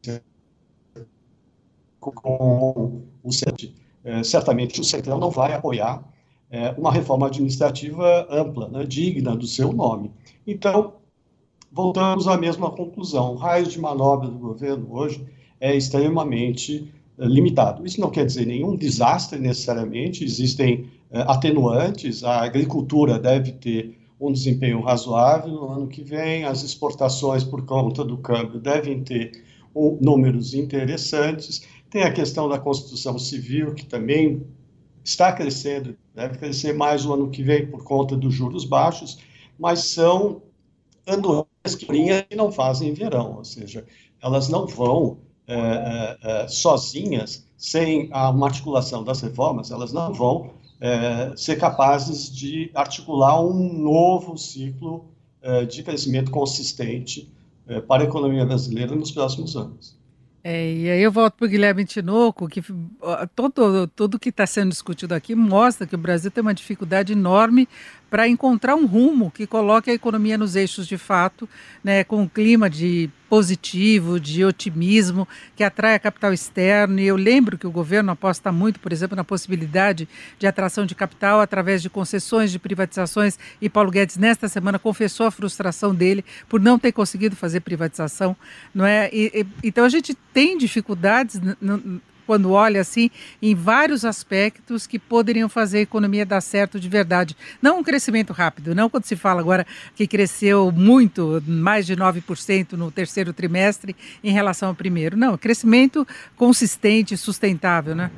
com o Centrão, é, certamente o Centrão não vai apoiar é, uma reforma administrativa ampla, né, digna do seu nome. Então, voltamos à mesma conclusão. O raio de manobra do governo hoje é extremamente é, limitado. Isso não quer dizer nenhum desastre necessariamente, existem é, atenuantes, a agricultura deve ter um desempenho razoável no ano que vem, as exportações por conta do câmbio devem ter um, números interessantes, tem a questão da construção civil, que também está crescendo, deve crescer mais o ano que vem por conta dos juros baixos, mas são andorinhas que não fazem verão, ou seja, elas não vão é, é, é, sozinhas, sem a, uma articulação das reformas, elas não vão É, ser capazes de articular um novo ciclo é, de crescimento consistente é, para a economia brasileira nos próximos anos. É, e aí eu volto para o Guilherme Tinoco, que todo, tudo que está sendo discutido aqui mostra que o Brasil tem uma dificuldade enorme para encontrar um rumo que coloque a economia nos eixos de fato, né, com um clima de positivo, de otimismo, que atrai capital externo. E eu lembro que o governo aposta muito, por exemplo, na possibilidade de atração de capital através de concessões, de privatizações, e Paulo Guedes, nesta semana, confessou a frustração dele por não ter conseguido fazer privatização, não é? E, e, então a gente tem dificuldades n- n- quando olha assim, em vários aspectos que poderiam fazer a economia dar certo de verdade. Não um crescimento rápido, não quando se fala agora que cresceu muito, mais de nove por cento no terceiro trimestre em relação ao primeiro. Não, crescimento consistente, sustentável, né?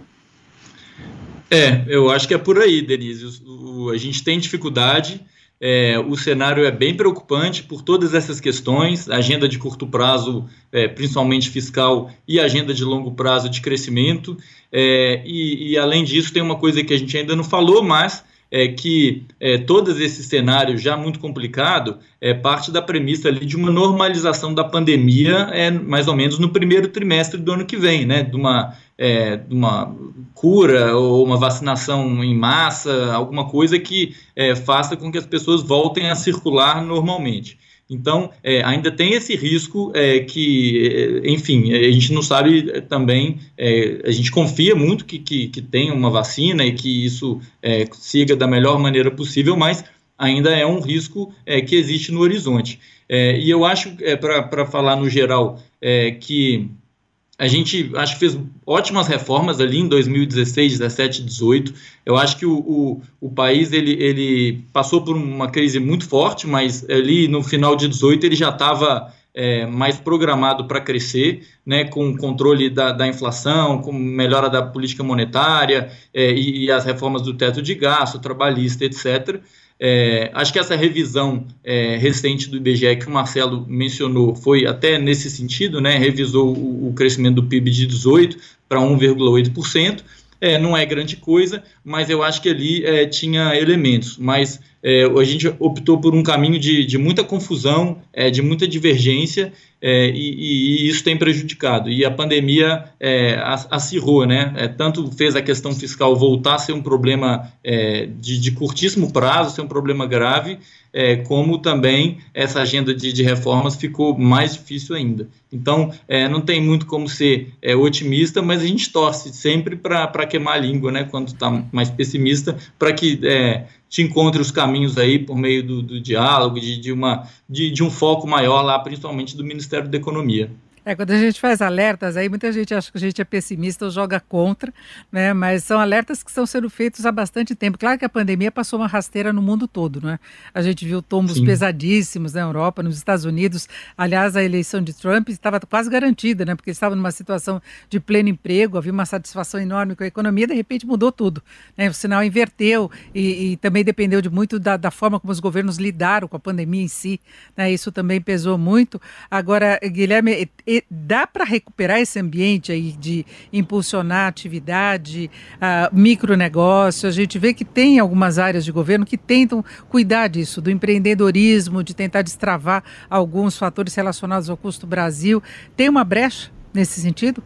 É, eu acho que é por aí, Denise. O, o, a gente tem dificuldade. É, o cenário é bem preocupante por todas essas questões, agenda de curto prazo, é, principalmente fiscal, e agenda de longo prazo de crescimento, é, e, e além disso tem uma coisa que a gente ainda não falou, mas é que é, todos esses cenários já muito complicado, é parte da premissa ali de uma normalização da pandemia, é, mais ou menos no primeiro trimestre do ano que vem, né, de uma, é, de uma cura ou uma vacinação em massa, alguma coisa que é, faça com que as pessoas voltem a circular normalmente. Então, é, ainda tem esse risco é, que, enfim, a gente não sabe também, é, a gente confia muito que, que, que tenha uma vacina e que isso é, siga da melhor maneira possível, mas ainda é um risco é, que existe no horizonte. É, e eu acho, é, para falar no geral, é, que A gente acho que fez ótimas reformas ali em dois mil e dezesseis, dezessete, dezoito. Eu acho que o, o, o país ele, ele passou por uma crise muito forte, mas ali no final de dezoito ele já estava é, mais programado para crescer, né, com controle da, da inflação, com melhora da política monetária é, e, e as reformas do teto de gasto, trabalhista, etcétera. É, acho que essa revisão é, recente do I B G E que o Marcelo mencionou foi até nesse sentido, né, revisou o, o crescimento do P I B de dezoito para um vírgula oito por cento, é, não é grande coisa, mas eu acho que ali é, tinha elementos, mas é, a gente optou por um caminho de, de muita confusão, é, de muita divergência, é, e, e isso tem prejudicado, e a pandemia é, acirrou, né, é, tanto fez a questão fiscal voltar a ser um problema é, de, de curtíssimo prazo, ser um problema grave, é, como também essa agenda de, de reformas ficou mais difícil ainda. Então, é, não tem muito como ser é, otimista, mas a gente torce sempre para queimar a língua, né, quando está mais pessimista, para que é, te encontre os caminhos aí por meio do, do diálogo, de, de, uma, de, de um foco maior lá, principalmente do Ministério da Economia. É, quando a gente faz alertas, aí muita gente acha que a gente é pessimista ou joga contra, né? Mas são alertas que estão sendo feitos há bastante tempo. Claro que a pandemia passou uma rasteira no mundo todo, né? A gente viu tombos Sim. pesadíssimos na Europa, nos Estados Unidos. Aliás, a eleição de Trump estava quase garantida, né? Porque ele estava numa situação de pleno emprego, havia uma satisfação enorme com a economia, de repente mudou tudo, né? O sinal inverteu e, e também dependeu de muito da, da forma como os governos lidaram com a pandemia em si, né? Isso também pesou muito. Agora, Guilherme, dá para recuperar esse ambiente aí de impulsionar a atividade, uh, micronegócio? A gente vê que tem algumas áreas de governo que tentam cuidar disso, do empreendedorismo, de tentar destravar alguns fatores relacionados ao custo Brasil. Tem uma brecha nesse sentido?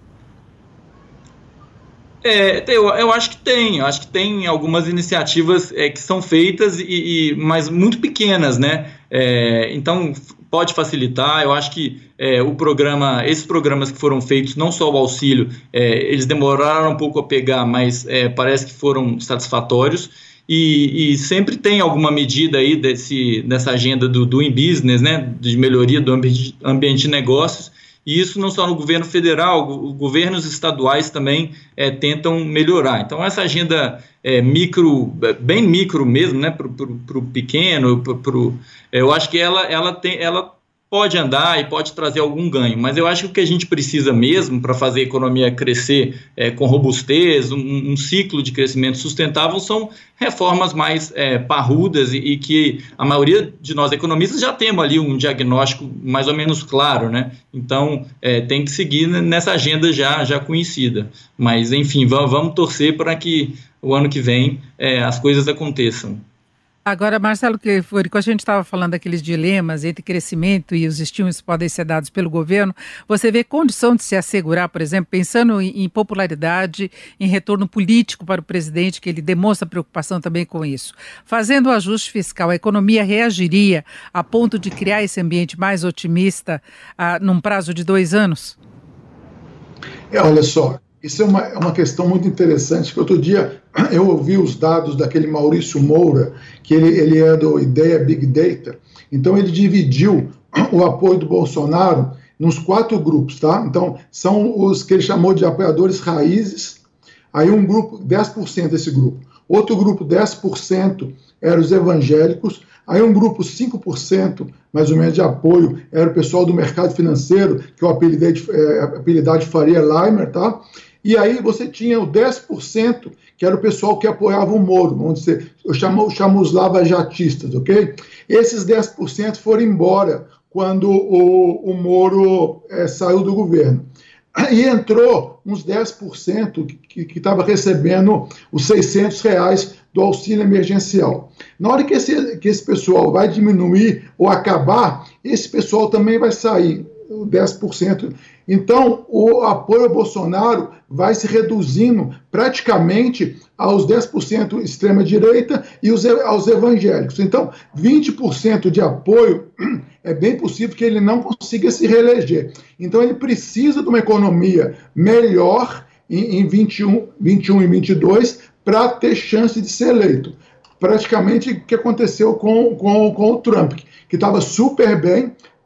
É, eu, eu acho que tem, eu acho que tem algumas iniciativas é, que são feitas, e, e, mas muito pequenas, né? É, então, pode facilitar. Eu acho que é, o programa, esses programas que foram feitos, não só o auxílio, é, eles demoraram um pouco a pegar, mas é, parece que foram satisfatórios. E, e sempre tem alguma medida aí desse, dessa agenda do Doing Business, né? De melhoria do ambiente, ambiente de negócios. E isso não só no governo federal, os governos estaduais também é, tentam melhorar. Então, essa agenda é, micro, bem micro mesmo, né, para o pequeno, pro, pro, eu acho que ela, ela, tem, ela pode andar e pode trazer algum ganho, mas eu acho que o que a gente precisa mesmo para fazer a economia crescer é, com robustez, um, um ciclo de crescimento sustentável, são reformas mais é, parrudas e, e que a maioria de nós economistas já temos ali um diagnóstico mais ou menos claro, né? Então, é, tem que seguir nessa agenda já, já conhecida. Mas, enfim, vamos, vamos torcer para que o ano que vem é, as coisas aconteçam. Agora, Marcelo, que foi, quando a gente estava falando daqueles dilemas entre crescimento e os estímulos que podem ser dados pelo governo, você vê condição de se assegurar, por exemplo, pensando em, em popularidade, em retorno político para o presidente, que ele demonstra preocupação também com isso. Fazendo o ajuste fiscal, a economia reagiria a ponto de criar esse ambiente mais otimista ah, num prazo de dois anos? É, olha só, isso é uma, é uma questão muito interessante, que outro dia eu ouvi os dados daquele Maurício Moura, que ele, ele é do Ideia Big Data. Então ele dividiu o apoio do Bolsonaro nos quatro grupos, tá? Então são os que ele chamou de apoiadores raízes, aí um grupo, dez por cento desse grupo, outro grupo, dez por cento eram os evangélicos, aí um grupo, cinco por cento mais ou menos de apoio, era o pessoal do mercado financeiro, que eu apelidei de, é, apelidar de Faria Limer, tá? E aí você tinha o dez por cento, que era o pessoal que apoiava o Moro, vamos dizer, eu chamo, chamo os lavajatistas, ok? Esses dez por cento foram embora quando o, o Moro é, saiu do governo. E entrou uns dez por cento que estava recebendo os seiscentos reais do auxílio emergencial. Na hora que esse, que esse pessoal vai diminuir ou acabar, esse pessoal também vai sair, dez por cento. Então, o apoio ao Bolsonaro vai se reduzindo praticamente aos dez por cento extrema-direita e os, aos evangélicos. Então, vinte por cento de apoio, é bem possível que ele não consiga se reeleger. Então, ele precisa de uma economia melhor em, em vinte e um, vinte e um e vinte e dois para ter chance de ser eleito. Praticamente o que aconteceu com, com, com o Trump, que estava super bem,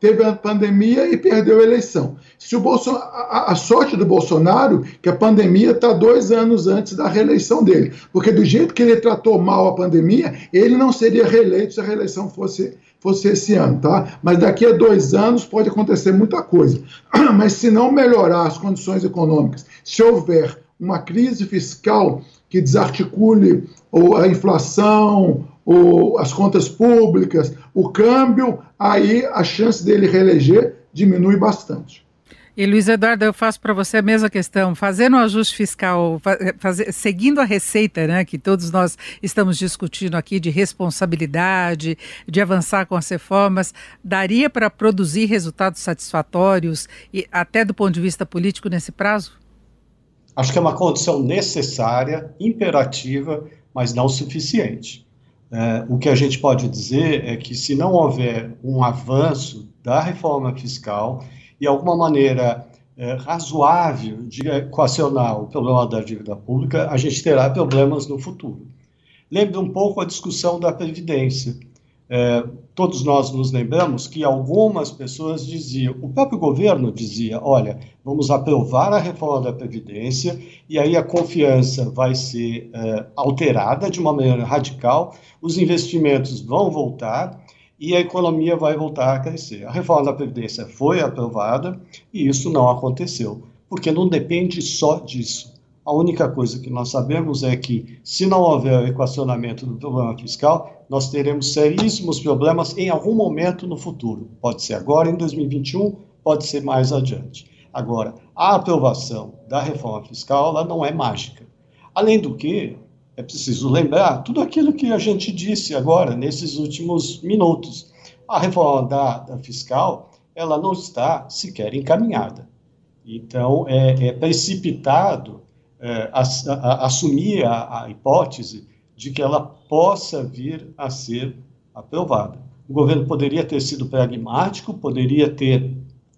teve a pandemia e perdeu a eleição. Se o Bolson... a, a sorte do Bolsonaro, que a pandemia está dois anos antes da reeleição dele, porque do jeito que ele tratou mal a pandemia, ele não seria reeleito se a reeleição fosse, fosse esse ano, tá? Mas daqui a dois anos pode acontecer muita coisa. Mas se não melhorar as condições econômicas, se houver uma crise fiscal que desarticule ou a inflação, ou as contas públicas, o câmbio, aí a chance dele reeleger diminui bastante. E, Luiz Eduardo, eu faço para você a mesma questão. Fazendo um ajuste fiscal, fazer, seguindo a receita, né, que todos nós estamos discutindo aqui, de responsabilidade, de avançar com as reformas, daria para produzir resultados satisfatórios, e até do ponto de vista político, nesse prazo? Acho que é uma condição necessária, imperativa, mas não suficiente. É, o que a gente pode dizer é que, se não houver um avanço da reforma fiscal e alguma maneira é, razoável de equacionar o problema da dívida pública, a gente terá problemas no futuro. Lembre um pouco a discussão da Previdência. É, todos nós nos lembramos que algumas pessoas diziam, o próprio governo dizia, olha, vamos aprovar a reforma da Previdência e aí a confiança vai ser é, alterada de uma maneira radical, os investimentos vão voltar e a economia vai voltar a crescer. A reforma da Previdência foi aprovada e isso não aconteceu, porque não depende só disso. A única coisa que nós sabemos é que, se não houver o equacionamento do problema fiscal, nós teremos seríssimos problemas em algum momento no futuro. Pode ser agora, em dois mil e vinte e um, pode ser mais adiante. Agora, a aprovação da reforma fiscal, ela não é mágica. Além do que, é preciso lembrar tudo aquilo que a gente disse agora, nesses últimos minutos. A reforma da, da fiscal, ela não está sequer encaminhada. Então, é, é precipitado É, a, a, assumir a, a hipótese de que ela possa vir a ser aprovada. O governo poderia ter sido pragmático, poderia ter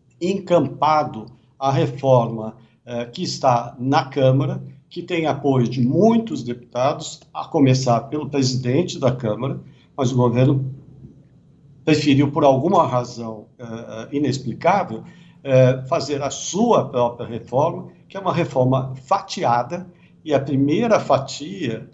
encampado a reforma eh, que está na Câmara, que tem apoio de muitos deputados, a começar pelo presidente da Câmara, mas o governo preferiu, por alguma razão eh, inexplicável, eh, fazer a sua própria reforma, que é uma reforma fatiada, e a primeira fatia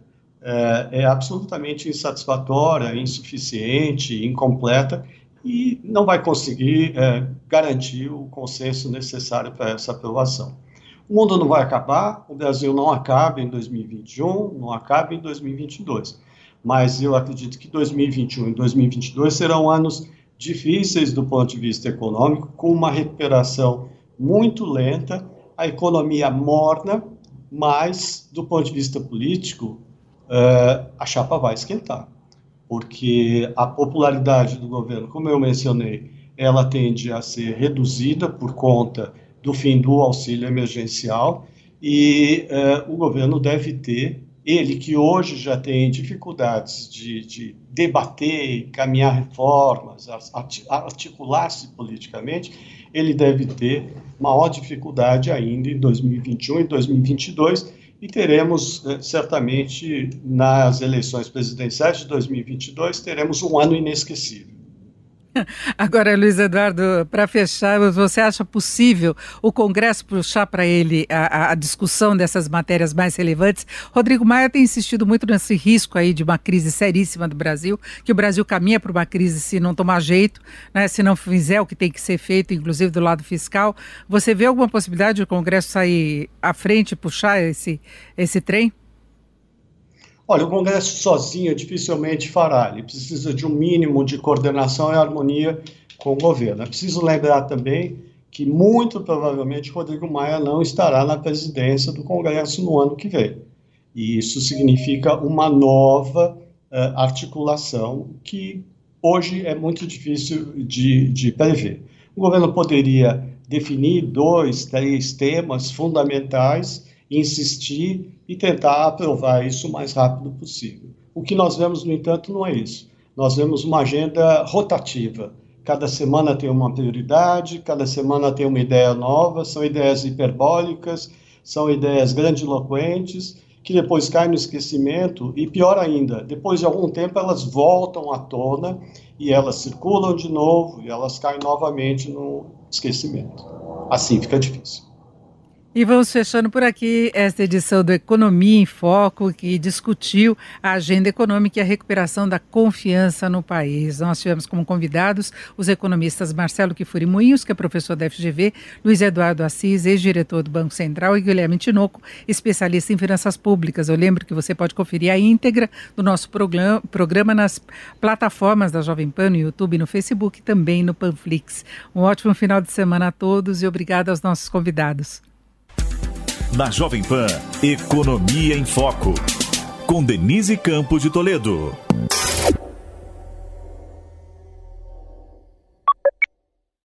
é, é absolutamente insatisfatória, insuficiente, incompleta, e não vai conseguir é, garantir o consenso necessário para essa aprovação. O mundo não vai acabar, o Brasil não acaba em dois mil e vinte e um, não acaba em dois mil e vinte e dois, mas eu acredito que dois mil e vinte e um e dois mil e vinte e dois serão anos difíceis do ponto de vista econômico, com uma recuperação muito lenta, a economia morna, mas, do ponto de vista político, uh, a chapa vai esquentar, porque a popularidade do governo, como eu mencionei, ela tende a ser reduzida por conta do fim do auxílio emergencial, e uh, o governo deve ter, ele que hoje já tem dificuldades de, de debater, encaminhar reformas, articular-se politicamente, ele deve ter maior dificuldade ainda em dois mil e vinte e um e dois mil e vinte e dois, e teremos, certamente, nas eleições presidenciais de dois mil e vinte e dois, teremos um ano inesquecível. Agora, Luiz Eduardo, para fechar, você acha possível o Congresso puxar para ele a, a discussão dessas matérias mais relevantes? Rodrigo Maia tem insistido muito nesse risco aí de uma crise seríssima do Brasil, que o Brasil caminha para uma crise se não tomar jeito, né, se não fizer o que tem que ser feito, inclusive do lado fiscal. Você vê alguma possibilidade de o Congresso sair à frente e puxar esse, esse trem? Olha, o Congresso sozinho dificilmente fará, ele precisa de um mínimo de coordenação e harmonia com o governo. É preciso lembrar também que, muito provavelmente, Rodrigo Maia não estará na presidência do Congresso no ano que vem. E isso significa uma nova uh, articulação que hoje é muito difícil de, de prever. O governo poderia definir dois, três temas fundamentais, insistir e tentar aprovar isso o mais rápido possível. O que nós vemos, no entanto, não é isso. Nós vemos uma agenda rotativa. Cada semana tem uma prioridade, cada semana tem uma ideia nova, são ideias hiperbólicas, são ideias grandiloquentes, que depois caem no esquecimento e, pior ainda, depois de algum tempo elas voltam à tona e elas circulam de novo e elas caem novamente no esquecimento. Assim fica difícil. E vamos fechando por aqui esta edição do Economia em Foco, que discutiu a agenda econômica e a recuperação da confiança no país. Nós tivemos como convidados os economistas Marcelo Kifuri Moinhos, que é professor da F G V, Luiz Eduardo Assis, ex-diretor do Banco Central, e Guilherme Tinoco, especialista em finanças públicas. Eu lembro que você pode conferir a íntegra do nosso programa, programa nas plataformas da Jovem Pan, no YouTube, no Facebook e também no Panflix. Um ótimo final de semana a todos e obrigado aos nossos convidados. Na Jovem Pan, Economia em Foco, com Denise Campos de Toledo.